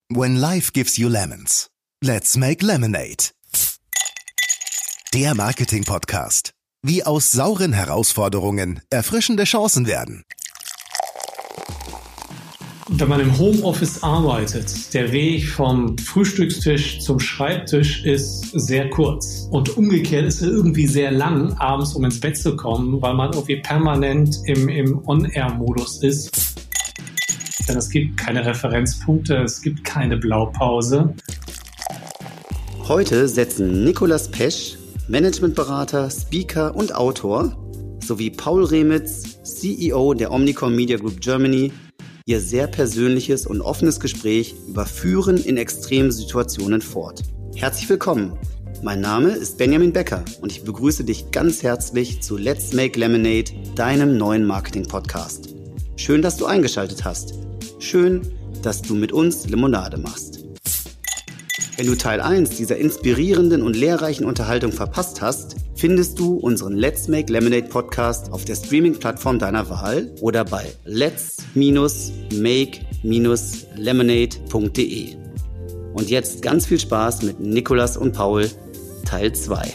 When life gives you lemons, let's make lemonade. Der Marketing-Podcast. Wie aus sauren Herausforderungen erfrischende Chancen werden. Wenn man im Homeoffice arbeitet, der Weg vom Frühstückstisch zum Schreibtisch ist sehr kurz. Und umgekehrt ist er irgendwie sehr lang, abends um ins Bett zu kommen, weil man irgendwie permanent im On-Air-Modus ist. Denn es gibt keine Referenzpunkte, es gibt keine Blaupause. Heute setzen Nicolas Pesch, Managementberater, Speaker und Autor, sowie Paul Remitz, CEO der Omnicom Media Group Germany, ihr sehr persönliches und offenes Gespräch über Führen in extremen Situationen fort. Herzlich willkommen. Mein Name ist Benjamin Becker und ich begrüße dich ganz herzlich zu Let's Make Lemonade, deinem neuen Marketing-Podcast. Schön, dass du eingeschaltet hast. Schön, dass du mit uns Limonade machst. Wenn du Teil 1 dieser inspirierenden und lehrreichen Unterhaltung verpasst hast, findest du unseren Let's Make Lemonade Podcast auf der Streaming-Plattform deiner Wahl oder bei let's-make-lemonade.de. Und jetzt ganz viel Spaß mit Nicolas und Paul, Teil 2.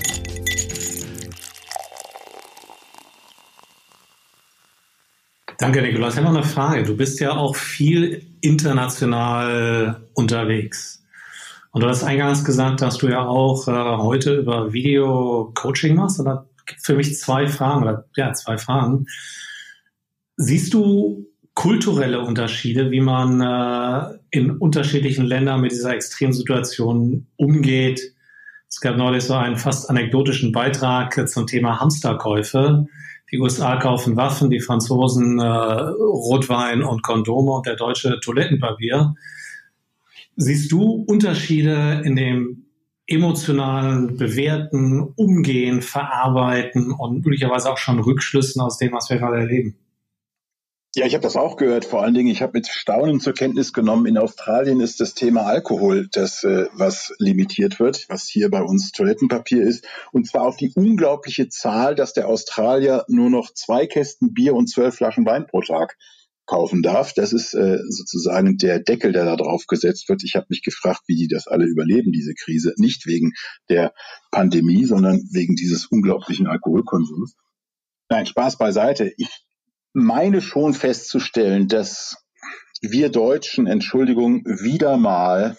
Danke, Nicolas. Ich habe noch eine Frage. Du bist ja auch viel international unterwegs. Und du hast eingangs gesagt, dass du ja auch heute über Video-Coaching machst. Und da gibt es für mich zwei Fragen. Siehst du kulturelle Unterschiede, wie man in unterschiedlichen Ländern mit dieser Extremsituation umgeht? Es gab neulich so einen fast anekdotischen Beitrag zum Thema Hamsterkäufe. Die USA kaufen Waffen, die Franzosen Rotwein und Kondome und der Deutsche Toilettenpapier. Siehst du Unterschiede in dem emotionalen Bewerten, Umgehen, Verarbeiten und möglicherweise auch schon Rückschlüssen aus dem, was wir gerade erleben? Ja, ich habe das auch gehört. Vor allen Dingen, ich habe mit Staunen zur Kenntnis genommen, in Australien ist das Thema Alkohol das, was limitiert wird, was hier bei uns Toilettenpapier ist. Und zwar auf die unglaubliche Zahl, dass der Australier nur noch 2 Kästen Bier und 12 Flaschen Wein pro Tag kaufen darf. Das ist sozusagen der Deckel, der da drauf gesetzt wird. Ich habe mich gefragt, wie die das alle überleben, diese Krise. Nicht wegen der Pandemie, sondern wegen dieses unglaublichen Alkoholkonsums. Nein, Spaß beiseite. Ich meine schon festzustellen, dass wir Deutschen, wieder mal,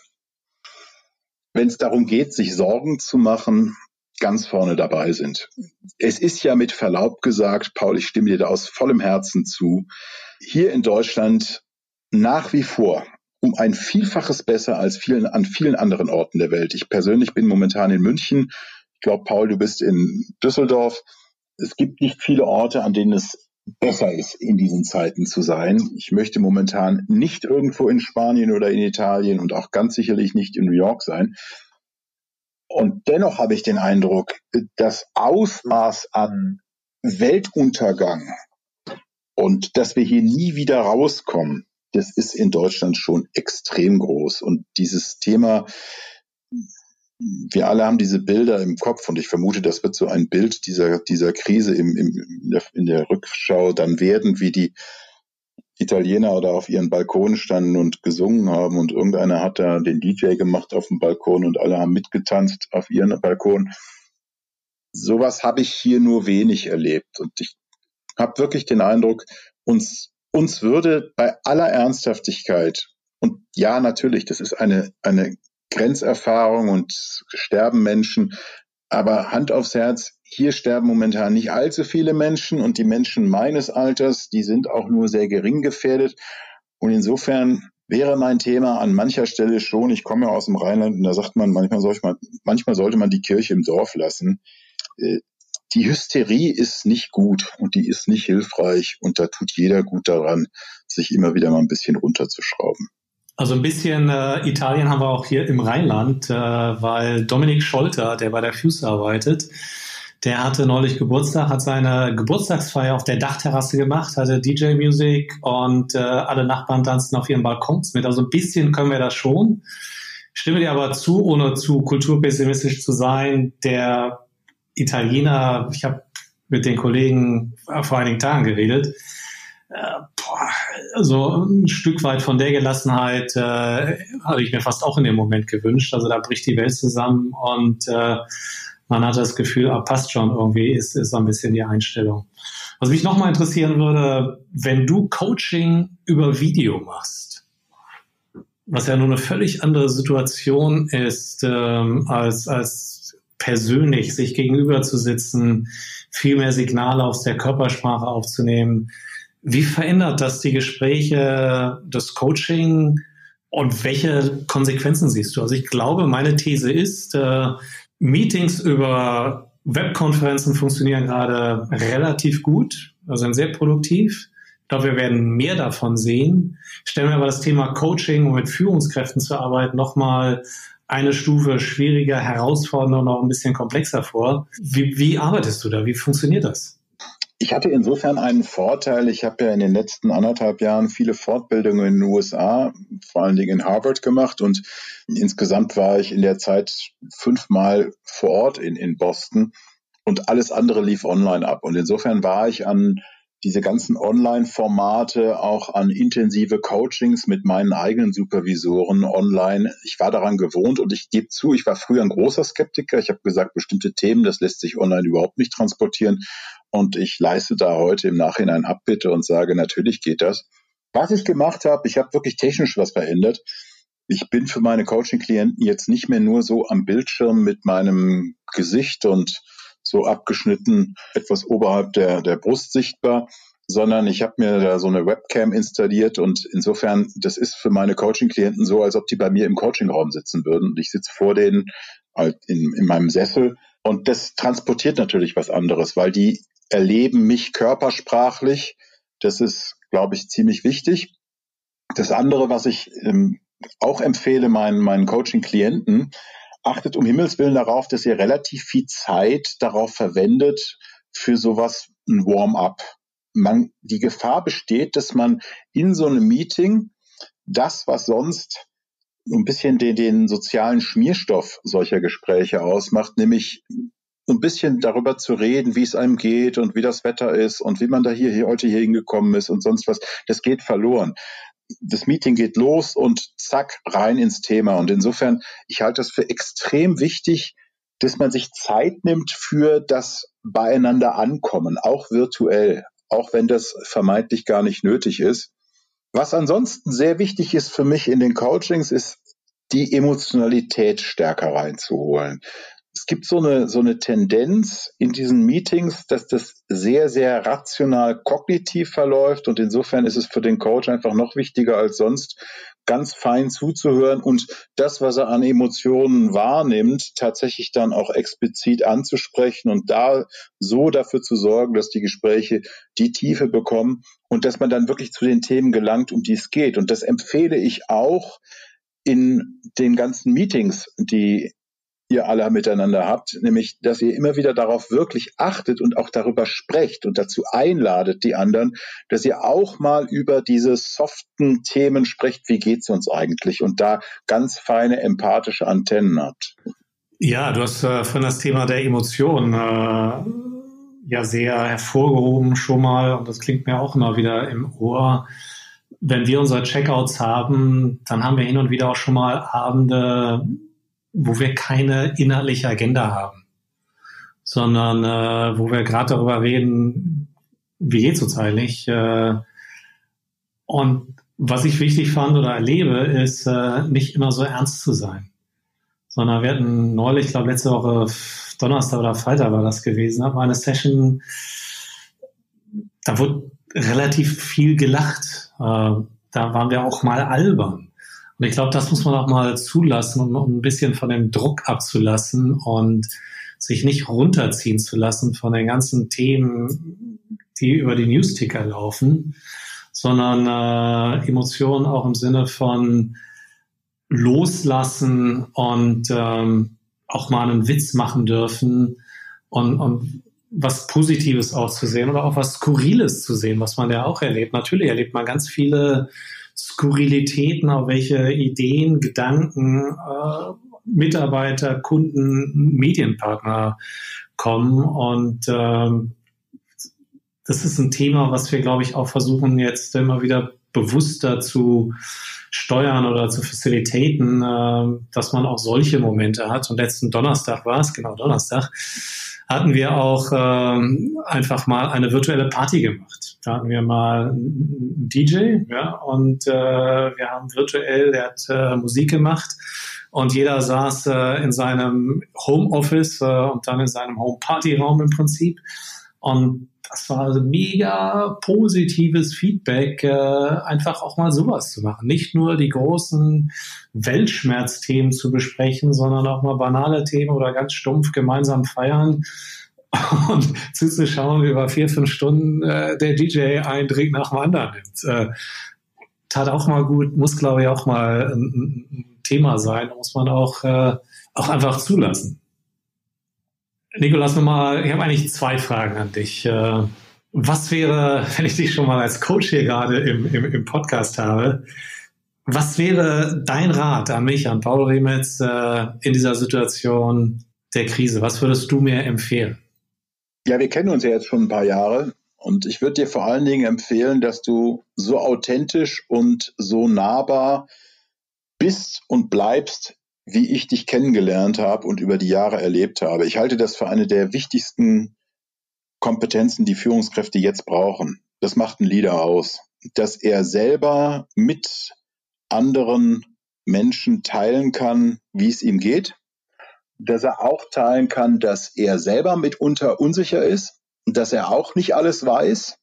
wenn es darum geht, sich Sorgen zu machen, ganz vorne dabei sind. Es ist ja mit Verlaub gesagt, Paul, ich stimme dir da aus vollem Herzen zu, hier in Deutschland nach wie vor um ein Vielfaches besser als an vielen anderen Orten der Welt. Ich persönlich bin momentan in München. Ich glaube, Paul, du bist in Düsseldorf. Es gibt nicht viele Orte, an denen es besser ist, in diesen Zeiten zu sein. Ich möchte momentan nicht irgendwo in Spanien oder in Italien und auch ganz sicherlich nicht in New York sein. Und dennoch habe ich den Eindruck, das Ausmaß an Weltuntergang und dass wir hier nie wieder rauskommen, das ist in Deutschland schon extrem groß. Und dieses Thema, wir alle haben diese Bilder im Kopf und ich vermute, das wird so ein Bild dieser Krise in der Rückschau dann werden, wie die Italiener da auf ihren Balkonen standen und gesungen haben und irgendeiner hat da den DJ gemacht auf dem Balkon und alle haben mitgetanzt auf ihren Balkon. Sowas habe ich hier nur wenig erlebt und ich habe wirklich den Eindruck, uns würde bei aller Ernsthaftigkeit, und ja, natürlich, das ist eine Grenzerfahrung und sterben Menschen, aber Hand aufs Herz, hier sterben momentan nicht allzu viele Menschen und die Menschen meines Alters, die sind auch nur sehr gering gefährdet und insofern wäre mein Thema an mancher Stelle schon, ich komme ja aus dem Rheinland und da sagt man, manchmal sollte man die Kirche im Dorf lassen. Die Hysterie ist nicht gut und die ist nicht hilfreich und da tut jeder gut daran, sich immer wieder mal ein bisschen runterzuschrauben. Also ein bisschen Italien haben wir auch hier im Rheinland, weil Dominik Scholter, der bei der FUSE arbeitet, der hatte neulich Geburtstag, hat seine Geburtstagsfeier auf der Dachterrasse gemacht, hatte DJ-Musik und alle Nachbarn tanzten auf ihren Balkons mit. Also ein bisschen können wir das schon. Ich stimme dir aber zu, ohne zu kulturpessimistisch zu sein, der Italiener, ich habe mit den Kollegen vor einigen Tagen geredet, also ein Stück weit von der Gelassenheit habe ich mir fast auch in dem Moment gewünscht. Also da bricht die Welt zusammen und man hat das Gefühl, passt schon irgendwie, ist so ein bisschen die Einstellung. Was mich nochmal interessieren würde, wenn du Coaching über Video machst, was ja nur eine völlig andere Situation ist, als persönlich sich gegenüber zu sitzen, viel mehr Signale aus der Körpersprache aufzunehmen. Wie verändert das die Gespräche, das Coaching und welche Konsequenzen siehst du? Also ich glaube, meine These ist, Meetings über Webkonferenzen funktionieren gerade relativ gut, also sind sehr produktiv. Ich glaube, wir werden mehr davon sehen. Ich stelle mir aber das Thema Coaching, um mit Führungskräften zu arbeiten, nochmal eine Stufe schwieriger, herausfordernder und auch ein bisschen komplexer vor. Wie arbeitest du da? Wie funktioniert das? Ich hatte insofern einen Vorteil. Ich habe ja in den letzten 1,5 Jahren viele Fortbildungen in den USA, vor allen Dingen in Harvard gemacht, und insgesamt war ich in der Zeit 5-mal vor Ort in Boston und alles andere lief online ab. Und insofern war ich an diese ganzen Online-Formate, auch an intensive Coachings mit meinen eigenen Supervisoren online. Ich war daran gewohnt und ich gebe zu, ich war früher ein großer Skeptiker. Ich habe gesagt, bestimmte Themen, das lässt sich online überhaupt nicht transportieren. Und ich leiste da heute im Nachhinein Abbitte und sage, natürlich geht das. Was ich gemacht habe, ich habe wirklich technisch was verändert. Ich bin für meine Coaching-Klienten jetzt nicht mehr nur so am Bildschirm mit meinem Gesicht und so abgeschnitten, etwas oberhalb der Brust sichtbar, sondern ich habe mir da so eine Webcam installiert und insofern, das ist für meine Coaching-Klienten so, als ob die bei mir im Coachingraum sitzen würden. Und ich sitze vor denen halt in meinem Sessel und das transportiert natürlich was anderes, weil die erleben mich körpersprachlich. Das ist, glaube ich, ziemlich wichtig. Das andere, was ich auch empfehle meinen Coaching-Klienten, achtet um Himmels Willen darauf, dass ihr relativ viel Zeit darauf verwendet für sowas, ein Warm-up. Die Gefahr besteht, dass man in so einem Meeting das, was sonst ein bisschen den sozialen Schmierstoff solcher Gespräche ausmacht, nämlich so ein bisschen darüber zu reden, wie es einem geht und wie das Wetter ist und wie man da heute hier hingekommen ist und sonst was, das geht verloren. Das Meeting geht los und zack, rein ins Thema. Und insofern, ich halte das für extrem wichtig, dass man sich Zeit nimmt für das Beieinander ankommen, auch virtuell, auch wenn das vermeintlich gar nicht nötig ist. Was ansonsten sehr wichtig ist für mich in den Coachings, ist die Emotionalität stärker reinzuholen. Es gibt so eine Tendenz in diesen Meetings, dass das sehr, sehr rational kognitiv verläuft und insofern ist es für den Coach einfach noch wichtiger als sonst, ganz fein zuzuhören und das, was er an Emotionen wahrnimmt, tatsächlich dann auch explizit anzusprechen und da so dafür zu sorgen, dass die Gespräche die Tiefe bekommen und dass man dann wirklich zu den Themen gelangt, um die es geht. Und das empfehle ich auch in den ganzen Meetings, die ihr alle miteinander habt, nämlich, dass ihr immer wieder darauf wirklich achtet und auch darüber sprecht und dazu einladet, die anderen, dass ihr auch mal über diese soften Themen sprecht, wie geht's uns eigentlich und da ganz feine empathische Antennen habt. Ja, du hast von das Thema der Emotionen ja sehr hervorgehoben schon mal und das klingt mir auch immer wieder im Ohr. Wenn wir unsere Checkouts haben, dann haben wir hin und wieder auch schon mal Abende, wo wir keine inhaltliche Agenda haben, sondern wo wir gerade darüber reden, wie geht's uns eigentlich. Und was ich wichtig fand oder erlebe, ist nicht immer so ernst zu sein, sondern wir hatten neulich, ich glaube letzte Woche Donnerstag oder Freitag war das gewesen, hatten wir eine Session, da wurde relativ viel gelacht. Da waren wir auch mal albern. Und ich glaube, das muss man auch mal zulassen, um ein bisschen von dem Druck abzulassen und sich nicht runterziehen zu lassen von den ganzen Themen, die über die Newsticker laufen, sondern Emotionen auch im Sinne von loslassen und auch mal einen Witz machen dürfen und was Positives auch zu sehen oder auch was Skurriles zu sehen, was man ja auch erlebt. Natürlich erlebt man ganz viele Skurrilitäten, auf welche Ideen, Gedanken, Mitarbeiter, Kunden, Medienpartner kommen. Und das ist ein Thema, was wir, glaube ich, auch versuchen jetzt immer wieder bewusster zu steuern oder zu facilitaten, dass man auch solche Momente hat. Und letzten Donnerstag war es, genau Donnerstag, hatten wir auch einfach mal eine virtuelle Party gemacht. Da hatten wir mal einen DJ, ja, und wir haben virtuell, der hat Musik gemacht und jeder saß in seinem Homeoffice und dann in seinem Home-Party-Raum im Prinzip. Und das war also mega positives Feedback, einfach auch mal sowas zu machen. Nicht nur die großen Weltschmerzthemen zu besprechen, sondern auch mal banale Themen oder ganz stumpf gemeinsam feiern und zuzuschauen, wie über 4-5 Stunden der DJ einen Drink nach dem anderen nimmt. Tat auch mal gut, muss glaube ich auch mal ein Thema sein, muss man auch einfach zulassen. Nicolas, ich habe eigentlich 2 Fragen an dich. Was wäre, wenn ich dich schon mal als Coach hier gerade im Podcast habe, was wäre dein Rat an mich, an Paul Remitz, in dieser Situation der Krise? Was würdest du mir empfehlen? Ja, wir kennen uns ja jetzt schon ein paar Jahre und ich würde dir vor allen Dingen empfehlen, dass du so authentisch und so nahbar bist und bleibst, wie ich dich kennengelernt habe und über die Jahre erlebt habe. Ich halte das für eine der wichtigsten Kompetenzen, die Führungskräfte jetzt brauchen. Das macht einen Leader aus, dass er selber mit anderen Menschen teilen kann, wie es ihm geht, dass er auch teilen kann, dass er selber mitunter unsicher ist und dass er auch nicht alles weiß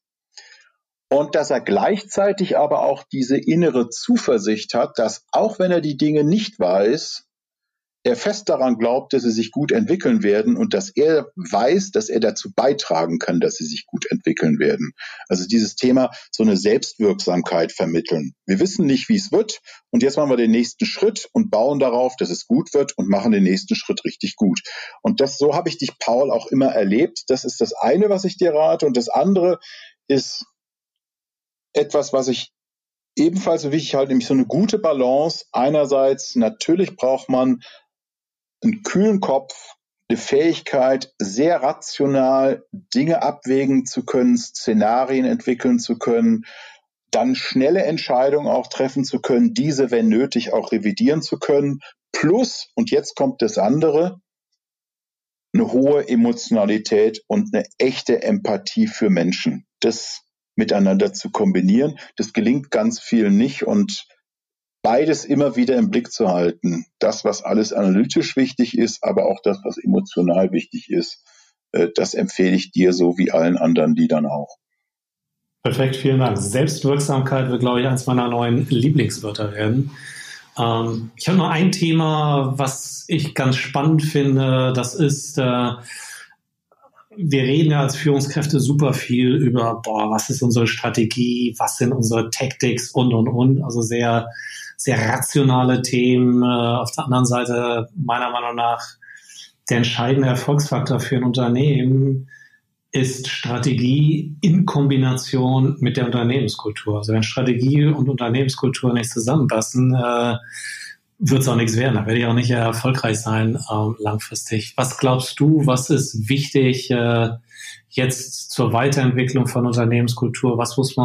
und dass er gleichzeitig aber auch diese innere Zuversicht hat, dass auch wenn er die Dinge nicht weiß, er fest daran glaubt, dass sie sich gut entwickeln werden und dass er weiß, dass er dazu beitragen kann, dass sie sich gut entwickeln werden. Also dieses Thema, so eine Selbstwirksamkeit vermitteln. Wir wissen nicht, wie es wird und jetzt machen wir den nächsten Schritt und bauen darauf, dass es gut wird und machen den nächsten Schritt richtig gut. Und so habe ich dich, Paul, auch immer erlebt. Das ist das eine, was ich dir rate. Und das andere ist etwas, was ich ebenfalls so wichtig halte, nämlich so eine gute Balance. Einerseits, natürlich braucht man einen kühlen Kopf, eine Fähigkeit, sehr rational Dinge abwägen zu können, Szenarien entwickeln zu können, dann schnelle Entscheidungen auch treffen zu können, diese, wenn nötig, auch revidieren zu können. Plus, und jetzt kommt das andere, eine hohe Emotionalität und eine echte Empathie für Menschen. Das miteinander zu kombinieren, das gelingt ganz vielen nicht und beides immer wieder im Blick zu halten. Das, was alles analytisch wichtig ist, aber auch das, was emotional wichtig ist, das empfehle ich dir so wie allen anderen Leadern auch. Perfekt, vielen Dank. Selbstwirksamkeit wird, glaube ich, eines meiner neuen Lieblingswörter werden. Ich habe noch ein Thema, was ich ganz spannend finde. Das ist, wir reden ja als Führungskräfte super viel über, was ist unsere Strategie, was sind unsere Tactics und. Also sehr, sehr rationale Themen. Auf der anderen Seite, meiner Meinung nach, der entscheidende Erfolgsfaktor für ein Unternehmen ist Strategie in Kombination mit der Unternehmenskultur. Also wenn Strategie und Unternehmenskultur nicht zusammenpassen, wird es auch nichts werden. Da werde ich auch nicht erfolgreich sein langfristig. Was glaubst du, was ist wichtig jetzt zur Weiterentwicklung von Unternehmenskultur?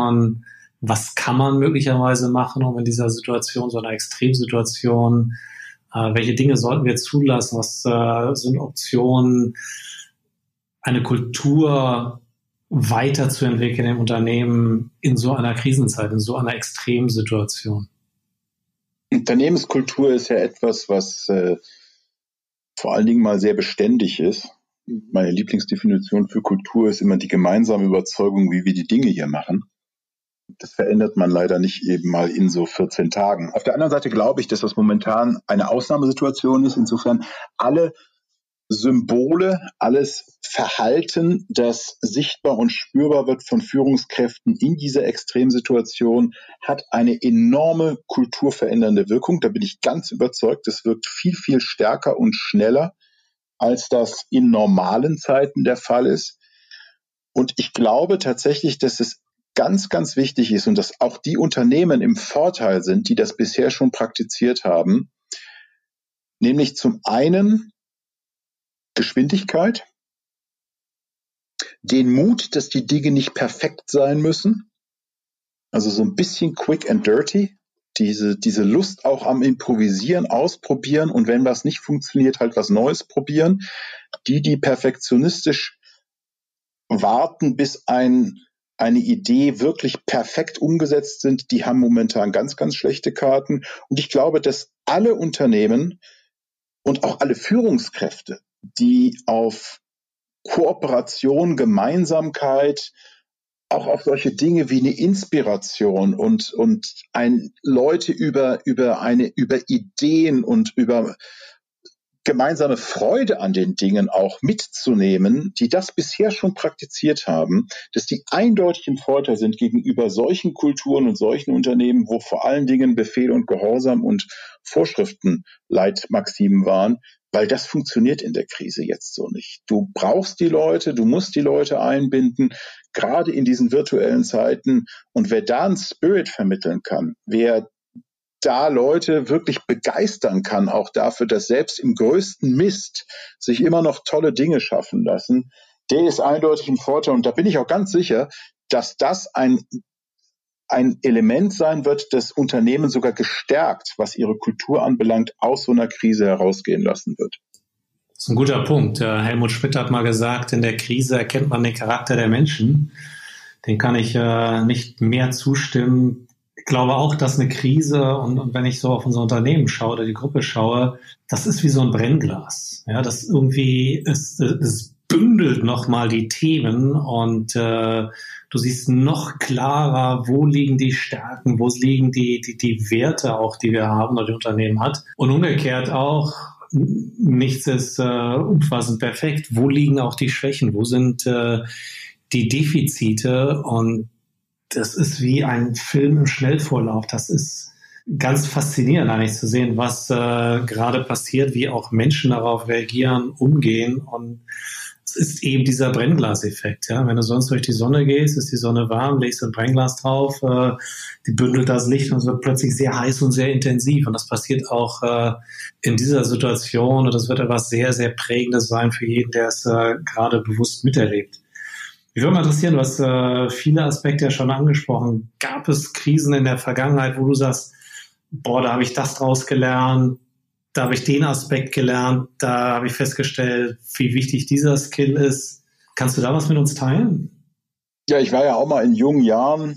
Was kann man möglicherweise machen, um in dieser Situation, so einer Extremsituation, welche Dinge sollten wir zulassen? Was sind Optionen, eine Kultur weiterzuentwickeln im Unternehmen in so einer Krisenzeit, in so einer Extremsituation? Unternehmenskultur ist ja etwas, was vor allen Dingen mal sehr beständig ist. Meine Lieblingsdefinition für Kultur ist immer die gemeinsame Überzeugung, wie wir die Dinge hier machen. Das verändert man leider nicht eben mal in so 14 Tagen. Auf der anderen Seite glaube ich, dass das momentan eine Ausnahmesituation ist. Insofern alle Symbole, alles Verhalten, das sichtbar und spürbar wird von Führungskräften in dieser Extremsituation, hat eine enorme kulturverändernde Wirkung. Da bin ich ganz überzeugt. Es wirkt viel, viel stärker und schneller, als das in normalen Zeiten der Fall ist. Und ich glaube tatsächlich, dass es ganz, ganz wichtig ist und dass auch die Unternehmen im Vorteil sind, die das bisher schon praktiziert haben, nämlich zum einen Geschwindigkeit, den Mut, dass die Dinge nicht perfekt sein müssen, also so ein bisschen quick and dirty, diese Lust auch am Improvisieren, Ausprobieren und wenn was nicht funktioniert, halt was Neues probieren. Die perfektionistisch warten, bis eine Idee wirklich perfekt umgesetzt sind, die haben momentan ganz, ganz schlechte Karten. Und ich glaube, dass alle Unternehmen und auch alle Führungskräfte, die auf Kooperation, Gemeinsamkeit, auch auf solche Dinge wie eine Inspiration und Leute über Ideen und über gemeinsame Freude an den Dingen auch mitzunehmen, die das bisher schon praktiziert haben, dass die eindeutig im Vorteil sind gegenüber solchen Kulturen und solchen Unternehmen, wo vor allen Dingen Befehl und Gehorsam und Vorschriften Leitmaximen waren, weil das funktioniert in der Krise jetzt so nicht. Du brauchst die Leute, du musst die Leute einbinden, gerade in diesen virtuellen Zeiten. Und wer da einen Spirit vermitteln kann, wer da Leute wirklich begeistern kann, auch dafür, dass selbst im größten Mist sich immer noch tolle Dinge schaffen lassen, der ist eindeutig ein Vorteil. Und da bin ich auch ganz sicher, dass das ein Element sein wird, das Unternehmen sogar gestärkt, was ihre Kultur anbelangt, aus so einer Krise herausgehen lassen wird. Das ist ein guter Punkt. Helmut Schmidt hat mal gesagt, in der Krise erkennt man den Charakter der Menschen. Den kann ich nicht mehr zustimmen. Ich glaube auch, dass eine Krise, und wenn ich so auf unser Unternehmen schaue oder die Gruppe schaue, das ist wie so ein Brennglas. Ja, das irgendwie, es bündelt nochmal die Themen und du siehst noch klarer, wo liegen die Stärken, wo liegen die Werte auch, die wir haben oder die Unternehmen hat. Und umgekehrt auch, nichts ist umfassend perfekt. Wo liegen auch die Schwächen? Wo sind die Defizite? Und das ist wie ein Film im Schnellvorlauf. Das ist ganz faszinierend eigentlich zu sehen, was gerade passiert, wie auch Menschen darauf reagieren, umgehen. Und es ist eben dieser Brennglaseffekt. Ja? Wenn du sonst durch die Sonne gehst, ist die Sonne warm, legst ein Brennglas drauf, die bündelt das Licht und es wird plötzlich sehr heiß und sehr intensiv. Und das passiert auch in dieser Situation. Und das wird etwas sehr, sehr Prägendes sein für jeden, der es gerade bewusst miterlebt. Mich würde mal interessieren, du hast viele Aspekte ja schon angesprochen. Gab es Krisen in der Vergangenheit, wo du sagst, boah, da habe ich das draus gelernt, da habe ich den Aspekt gelernt, da habe ich festgestellt, wie wichtig dieser Skill ist. Kannst du da was mit uns teilen? Ja, ich war ja auch mal in jungen Jahren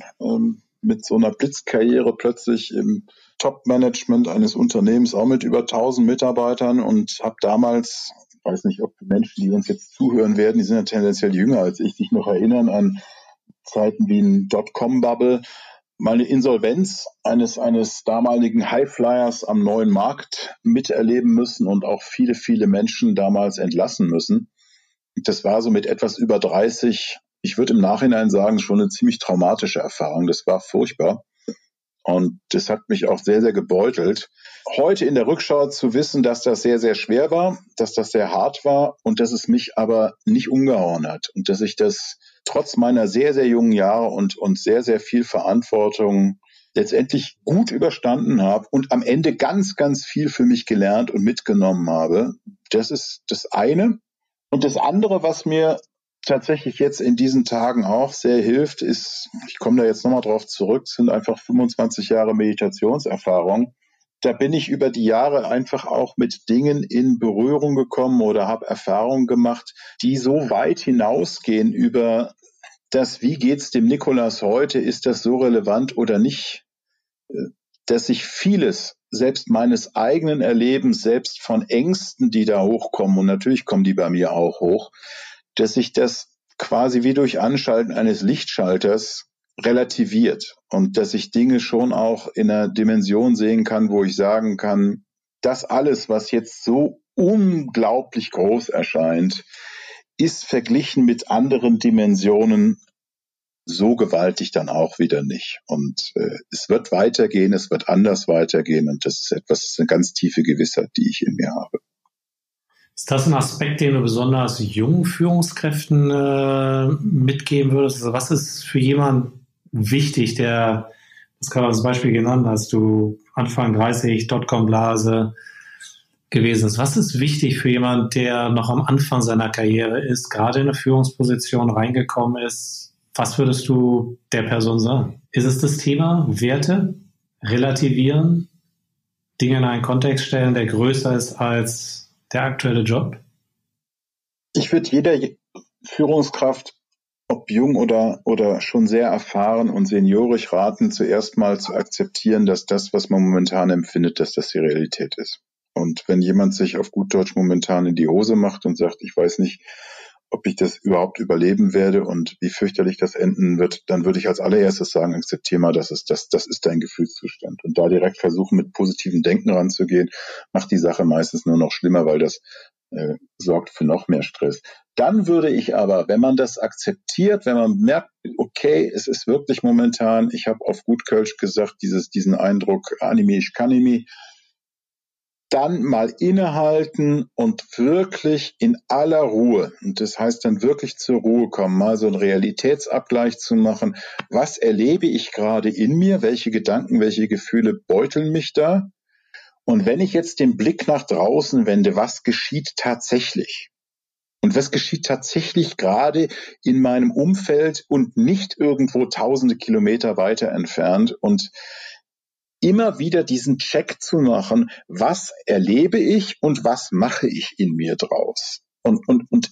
mit so einer Blitzkarriere plötzlich im Top-Management eines Unternehmens, auch mit über 1000 Mitarbeitern und habe damals, ich weiß nicht, ob die Menschen, die uns jetzt zuhören werden, die sind ja tendenziell jünger als ich, sich noch erinnern an Zeiten wie ein Dotcom-Bubble, mal eine Insolvenz eines damaligen Highflyers am neuen Markt miterleben müssen und auch viele, viele Menschen damals entlassen müssen. Das war so mit etwas über 30, ich würde im Nachhinein sagen, schon eine ziemlich traumatische Erfahrung. Das war furchtbar. Und das hat mich auch sehr, sehr gebeutelt. Heute in der Rückschau zu wissen, dass das sehr, sehr schwer war, dass das sehr hart war und dass es mich aber nicht umgehauen hat und dass ich das trotz meiner sehr, sehr jungen Jahre und sehr, sehr viel Verantwortung letztendlich gut überstanden habe und am Ende ganz, ganz viel für mich gelernt und mitgenommen habe. Das ist das eine. Und das andere, was mir tatsächlich jetzt in diesen Tagen auch sehr hilft, ist, ich komme da jetzt nochmal drauf zurück, sind einfach 25 Jahre Meditationserfahrung. Da bin ich über die Jahre einfach auch mit Dingen in Berührung gekommen oder habe Erfahrungen gemacht, die so weit hinausgehen über das, wie geht's dem Nikolas heute, ist das so relevant oder nicht, dass sich vieles, selbst meines eigenen Erlebens, selbst von Ängsten, die da hochkommen, und natürlich kommen die bei mir auch hoch, dass sich das quasi wie durch Anschalten eines Lichtschalters relativiert und dass ich Dinge schon auch in einer Dimension sehen kann, wo ich sagen kann, das alles, was jetzt so unglaublich groß erscheint, ist verglichen mit anderen Dimensionen so gewaltig dann auch wieder nicht. Und es wird weitergehen, es wird anders weitergehen und das ist eine ganz tiefe Gewissheit, die ich in mir habe. Ist das ein Aspekt, den du besonders jungen Führungskräften mitgeben würdest? Also was ist für jemanden wichtig, der, das gerade als Beispiel genannt hast, du Anfang 30, Dotcom-Blase, gewesen ist. Was ist wichtig für jemanden, der noch am Anfang seiner Karriere ist, gerade in eine Führungsposition reingekommen ist? Was würdest du der Person sagen? Ist es das Thema Werte, relativieren, Dinge in einen Kontext stellen, der größer ist als der aktuelle Job? Ich würde jeder Führungskraft, ob jung oder schon sehr erfahren und seniorisch raten, zuerst mal zu akzeptieren, dass das, was man momentan empfindet, dass das die Realität ist. Und wenn jemand sich auf gut Deutsch momentan in die Hose macht und sagt, ich weiß nicht, ob ich das überhaupt überleben werde und wie fürchterlich das enden wird, dann würde ich als allererstes sagen, akzeptiere mal, das ist dein Gefühlszustand. Und da direkt versuchen, mit positivem Denken ranzugehen, macht die Sache meistens nur noch schlimmer, weil das sorgt für noch mehr Stress. Dann würde ich aber, wenn man das akzeptiert, wenn man merkt, okay, es ist wirklich momentan, ich habe auf gut Kölsch gesagt, diesen Eindruck, Anime, ich kann nicht, dann mal innehalten und wirklich in aller Ruhe, und das heißt dann wirklich zur Ruhe kommen, mal so einen Realitätsabgleich zu machen. Was erlebe ich gerade in mir? Welche Gedanken, welche Gefühle beuteln mich da? Und wenn ich jetzt den Blick nach draußen wende, was geschieht tatsächlich? Und was geschieht tatsächlich gerade in meinem Umfeld und nicht irgendwo tausende Kilometer weiter entfernt? Und immer wieder diesen Check zu machen, was erlebe ich und was mache ich in mir draus? Und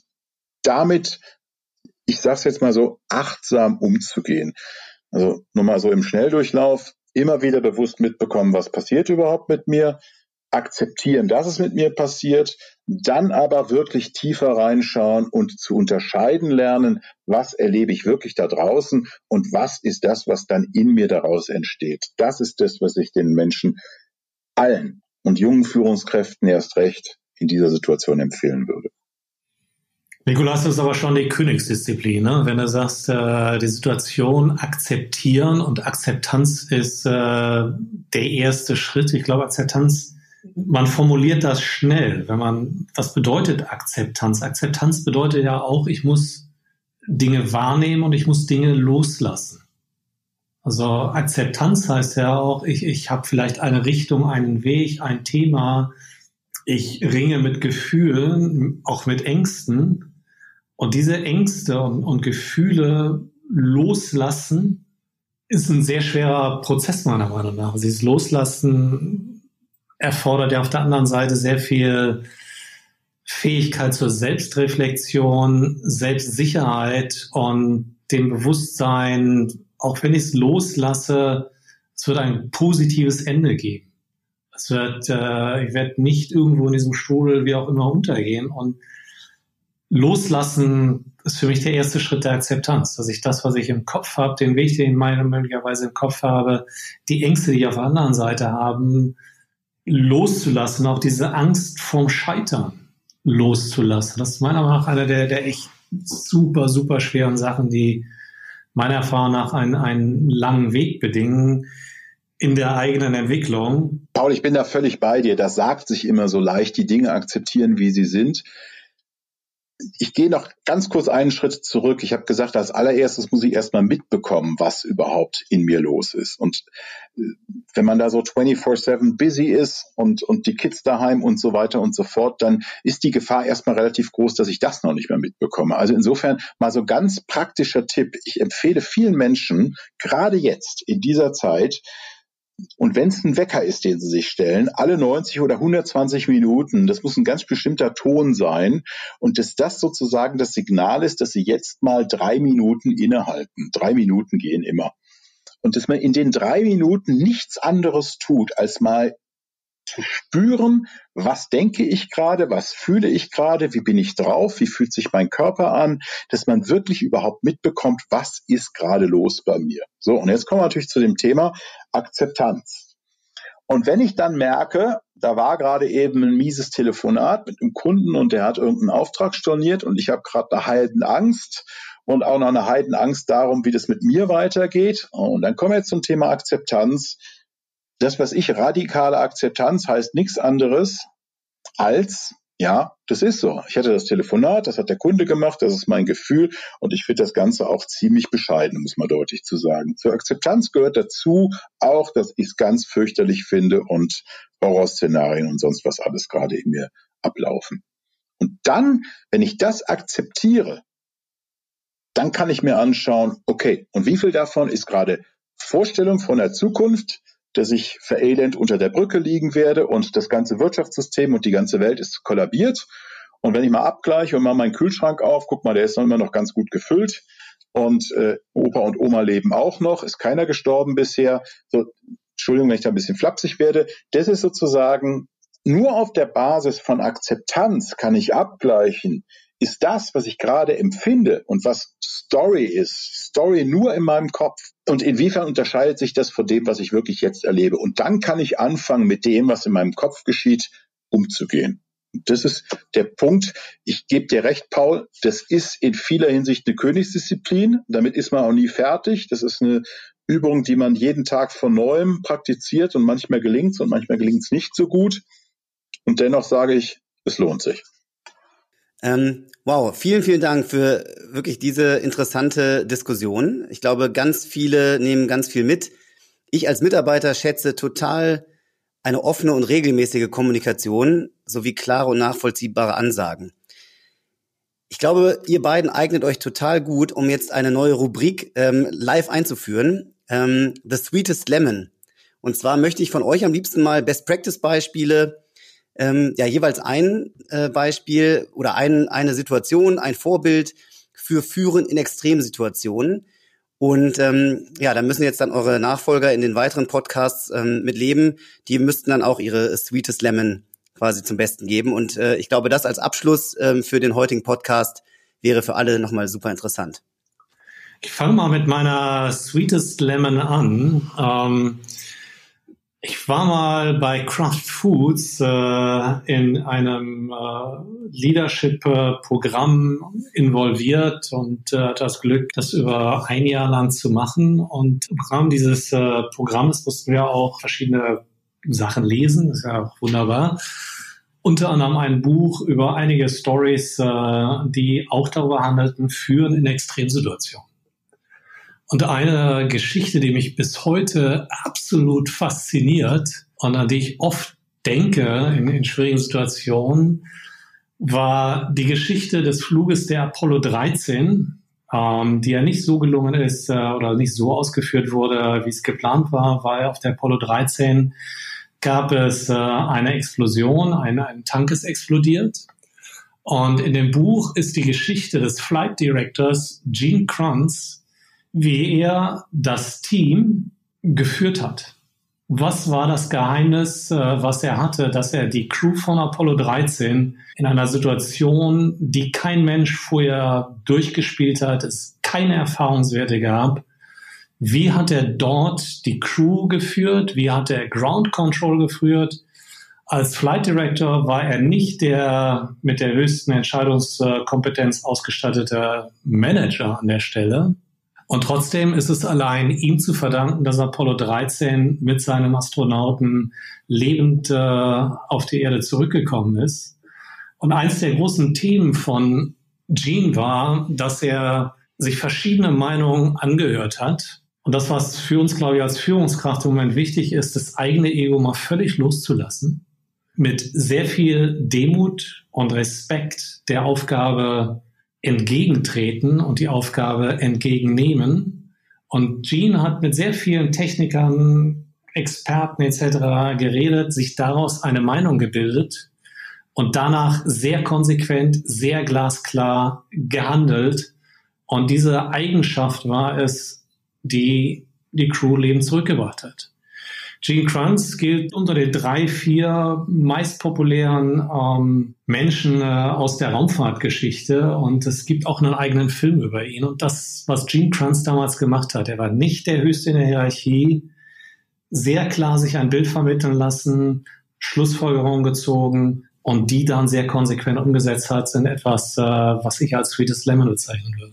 damit, ich sage es jetzt mal so, achtsam umzugehen. Also nur mal so im Schnelldurchlauf, immer wieder bewusst mitbekommen, was passiert überhaupt mit mir, akzeptieren, dass es mit mir passiert, dann aber wirklich tiefer reinschauen und zu unterscheiden lernen, was erlebe ich wirklich da draußen und was ist das, was dann in mir daraus entsteht. Das ist das, was ich den Menschen, allen und jungen Führungskräften erst recht in dieser Situation empfehlen würde. Nikolaus, das ist aber schon die Königsdisziplin, ne? Wenn du sagst, die Situation akzeptieren, und Akzeptanz ist der erste Schritt. Ich glaube, Akzeptanz, man formuliert das schnell. Was bedeutet Akzeptanz? Akzeptanz bedeutet ja auch, ich muss Dinge wahrnehmen und ich muss Dinge loslassen. Also Akzeptanz heißt ja auch, ich habe vielleicht eine Richtung, einen Weg, ein Thema. Ich ringe mit Gefühlen, auch mit Ängsten. Und diese Ängste und Gefühle loslassen ist ein sehr schwerer Prozess meiner Meinung nach. Dieses Loslassen erfordert ja auf der anderen Seite sehr viel Fähigkeit zur Selbstreflexion, Selbstsicherheit und dem Bewusstsein, auch wenn ich es loslasse, es wird ein positives Ende geben. Ich werde nicht irgendwo in diesem Strudel wie auch immer untergehen, und Loslassen ist für mich der erste Schritt der Akzeptanz, dass ich das, was ich im Kopf habe, den Weg, den ich möglicherweise im Kopf habe, die Ängste, die ich auf der anderen Seite habe, loszulassen, auch diese Angst vorm Scheitern loszulassen. Das ist meiner Meinung nach eine der echt super, super schweren Sachen, die meiner Erfahrung nach einen langen Weg bedingen in der eigenen Entwicklung. Paul, ich bin da völlig bei dir. Das sagt sich immer so leicht, die Dinge akzeptieren, wie sie sind. Ich gehe noch ganz kurz einen Schritt zurück. Ich habe gesagt, als allererstes muss ich erstmal mitbekommen, was überhaupt in mir los ist. Und wenn man da so 24/7 busy ist und die Kids daheim und so weiter und so fort, dann ist die Gefahr erstmal relativ groß, dass ich das noch nicht mehr mitbekomme. Also insofern mal so ganz praktischer Tipp. Ich empfehle vielen Menschen, gerade jetzt in dieser Zeit, und wenn es ein Wecker ist, den sie sich stellen, alle 90 oder 120 Minuten, das muss ein ganz bestimmter Ton sein, und dass das sozusagen das Signal ist, dass sie jetzt mal 3 Minuten innehalten. 3 Minuten gehen immer. Und dass man in den 3 Minuten nichts anderes tut, als mal zu spüren, was denke ich gerade, was fühle ich gerade, wie bin ich drauf, wie fühlt sich mein Körper an, dass man wirklich überhaupt mitbekommt, was ist gerade los bei mir. So, und jetzt kommen wir natürlich zu dem Thema Akzeptanz. Und wenn ich dann merke, da war gerade eben ein mieses Telefonat mit einem Kunden und der hat irgendeinen Auftrag storniert und ich habe gerade eine Heidenangst und auch noch eine Heidenangst darum, wie das mit mir weitergeht. Und dann kommen wir jetzt zum Thema Akzeptanz. Das, was ich radikale Akzeptanz heißt nichts anderes als, ja, das ist so. Ich hatte das Telefonat, das hat der Kunde gemacht, das ist mein Gefühl, und ich finde das Ganze auch ziemlich bescheiden, muss man deutlich zu sagen. Zur Akzeptanz gehört dazu auch, dass ich es ganz fürchterlich finde und Horrorszenarien und sonst was alles gerade in mir ablaufen. Und dann, wenn ich das akzeptiere, dann kann ich mir anschauen, okay, und wie viel davon ist gerade Vorstellung von der Zukunft, dass ich verelend unter der Brücke liegen werde und das ganze Wirtschaftssystem und die ganze Welt ist kollabiert. Und wenn ich mal abgleiche und mal meinen Kühlschrank auf, guck mal, der ist noch immer noch ganz gut gefüllt und Opa und Oma leben auch noch, ist keiner gestorben bisher. So, Entschuldigung, wenn ich da ein bisschen flapsig werde. Das ist sozusagen nur auf der Basis von Akzeptanz kann ich abgleichen, ist das, was ich gerade empfinde und was Story ist, Story nur in meinem Kopf. Und inwiefern unterscheidet sich das von dem, was ich wirklich jetzt erlebe? Und dann kann ich anfangen, mit dem, was in meinem Kopf geschieht, umzugehen. Und das ist der Punkt. Ich gebe dir recht, Paul, das ist in vieler Hinsicht eine Königsdisziplin. Damit ist man auch nie fertig. Das ist eine Übung, die man jeden Tag von Neuem praktiziert und manchmal gelingt es und manchmal gelingt es nicht so gut. Und dennoch sage ich, es lohnt sich. Wow, vielen, vielen Dank für wirklich diese interessante Diskussion. Ich glaube, ganz viele nehmen ganz viel mit. Ich als Mitarbeiter schätze total eine offene und regelmäßige Kommunikation sowie klare und nachvollziehbare Ansagen. Ich glaube, ihr beiden eignet euch total gut, um jetzt eine neue Rubrik live einzuführen. The Sweetest Lemon. Und zwar möchte ich von euch am liebsten mal Best-Practice-Beispiele, jeweils ein Beispiel oder eine Situation, ein Vorbild für Führen in Extremsituationen. Und da müssen jetzt dann eure Nachfolger in den weiteren Podcasts mitleben. Die müssten dann auch ihre Sweetest Lemon quasi zum Besten geben. Und ich glaube, das als Abschluss für den heutigen Podcast wäre für alle nochmal super interessant. Ich fange mal mit meiner Sweetest Lemon an. Ich war mal bei Kraft Foods in einem Leadership-Programm involviert und hatte das Glück, das über ein Jahr lang zu machen. Und im Rahmen dieses Programms mussten wir auch verschiedene Sachen lesen. Das ist ja auch wunderbar. Unter anderem ein Buch über einige Stories, die auch darüber handelten, Führen in Extremsituationen. Und eine Geschichte, die mich bis heute absolut fasziniert und an die ich oft denke in schwierigen Situationen, war die Geschichte des Fluges der Apollo 13, die ja nicht so gelungen ist oder nicht so ausgeführt wurde, wie es geplant war, weil auf der Apollo 13 gab es eine Explosion, ein Tank ist explodiert. Und in dem Buch ist die Geschichte des Flight Directors Gene Kranz, wie er das Team geführt hat. Was war das Geheimnis, was er hatte, dass er die Crew von Apollo 13 in einer Situation, die kein Mensch vorher durchgespielt hat, es keine Erfahrungswerte gab, wie hat er dort die Crew geführt, wie hat er Ground Control geführt? Als Flight Director war er nicht der mit der höchsten Entscheidungskompetenz ausgestattete Manager an der Stelle. Und trotzdem ist es allein ihm zu verdanken, dass Apollo 13 mit seinen Astronauten lebend auf die Erde zurückgekommen ist. Und eins der großen Themen von Gene war, dass er sich verschiedene Meinungen angehört hat. Und das, was für uns, glaube ich, als Führungskraft im Moment wichtig ist, das eigene Ego mal völlig loszulassen, mit sehr viel Demut und Respekt der Aufgabe entgegentreten und die Aufgabe entgegennehmen. Und Gene hat mit sehr vielen Technikern, Experten etc. geredet, sich daraus eine Meinung gebildet und danach sehr konsequent, sehr glasklar gehandelt. Und diese Eigenschaft war es, die die Crew lebend zurückgebracht hat. Gene Kranz gilt unter den 3, 4 meistpopulären Menschen aus der Raumfahrtgeschichte und es gibt auch einen eigenen Film über ihn. Und das, was Gene Kranz damals gemacht hat, er war nicht der Höchste in der Hierarchie, sehr klar sich ein Bild vermitteln lassen, Schlussfolgerungen gezogen und die dann sehr konsequent umgesetzt hat, sind etwas, was ich als Sweetest Lemon bezeichnen würde.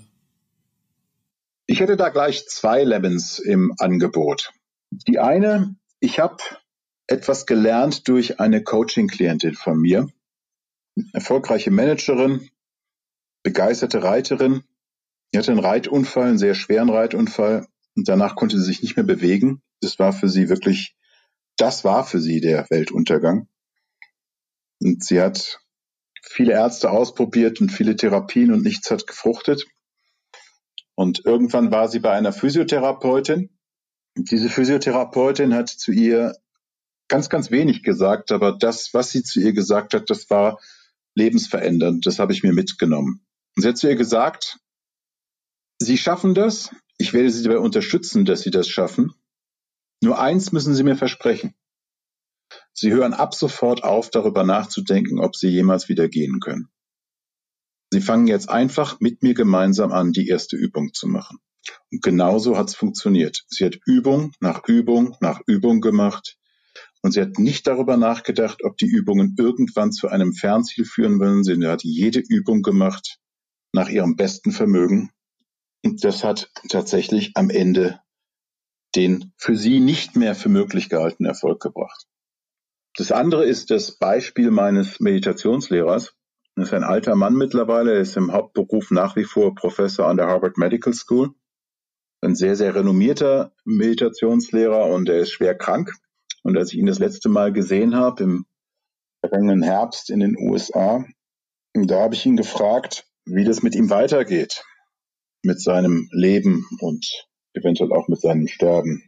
Ich hätte da gleich 2 Lemons im Angebot. Die eine: Ich habe etwas gelernt durch eine Coaching-Klientin von mir, erfolgreiche Managerin, begeisterte Reiterin. Die hatte einen Reitunfall, einen sehr schweren Reitunfall und danach konnte sie sich nicht mehr bewegen. Das war für sie wirklich das war für sie der Weltuntergang. Und sie hat viele Ärzte ausprobiert und viele Therapien und nichts hat gefruchtet. Und irgendwann war sie bei einer Physiotherapeutin. Und diese Physiotherapeutin hat zu ihr ganz, ganz wenig gesagt, aber das, was sie zu ihr gesagt hat, das war lebensverändernd. Das habe ich mir mitgenommen. Und sie hat zu ihr gesagt, Sie schaffen das, ich werde Sie dabei unterstützen, dass Sie das schaffen. Nur eins müssen Sie mir versprechen. Sie hören ab sofort auf, darüber nachzudenken, ob Sie jemals wieder gehen können. Sie fangen jetzt einfach mit mir gemeinsam an, die erste Übung zu machen. Und genauso hat es funktioniert. Sie hat Übung nach Übung nach Übung gemacht. Und sie hat nicht darüber nachgedacht, ob die Übungen irgendwann zu einem Fernziel führen würden. Sie hat jede Übung gemacht nach ihrem besten Vermögen. Und das hat tatsächlich am Ende den für sie nicht mehr für möglich gehaltenen Erfolg gebracht. Das andere ist das Beispiel meines Meditationslehrers. Das ist ein alter Mann mittlerweile. Er ist im Hauptberuf nach wie vor Professor an der Harvard Medical School. Ein sehr, sehr renommierter Meditationslehrer und er ist schwer krank. Und als ich ihn das letzte Mal gesehen habe, im vergangenen Herbst in den USA, da habe ich ihn gefragt, wie das mit ihm weitergeht. Mit seinem Leben und eventuell auch mit seinem Sterben.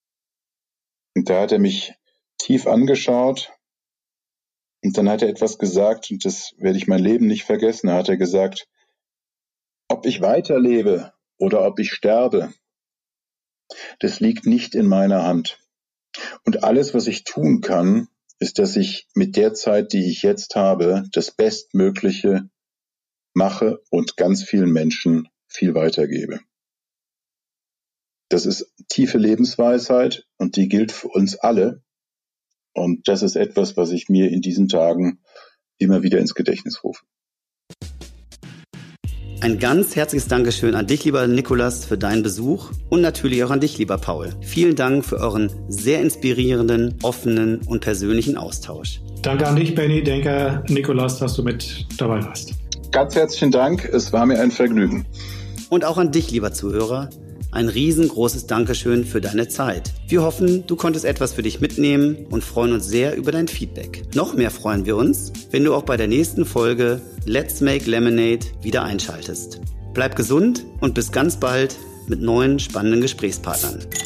Und da hat er mich tief angeschaut und dann hat er etwas gesagt und das werde ich mein Leben nicht vergessen. Da hat er gesagt, ob ich weiterlebe oder ob ich sterbe, das liegt nicht in meiner Hand. Und alles, was ich tun kann, ist, dass ich mit der Zeit, die ich jetzt habe, das Bestmögliche mache und ganz vielen Menschen viel weitergebe. Das ist tiefe Lebensweisheit und die gilt für uns alle. Und das ist etwas, was ich mir in diesen Tagen immer wieder ins Gedächtnis rufe. Ein ganz herzliches Dankeschön an dich, lieber Nikolas, für deinen Besuch und natürlich auch an dich, lieber Paul. Vielen Dank für euren sehr inspirierenden, offenen und persönlichen Austausch. Danke an dich, Benny. Danke, Nikolas, dass du mit dabei warst. Ganz herzlichen Dank. Es war mir ein Vergnügen. Und auch an dich, lieber Zuhörer, ein riesengroßes Dankeschön für deine Zeit. Wir hoffen, du konntest etwas für dich mitnehmen und freuen uns sehr über dein Feedback. Noch mehr freuen wir uns, wenn du auch bei der nächsten Folge Let's Make Lemonade wieder einschaltest. Bleib gesund und bis ganz bald mit neuen spannenden Gesprächspartnern.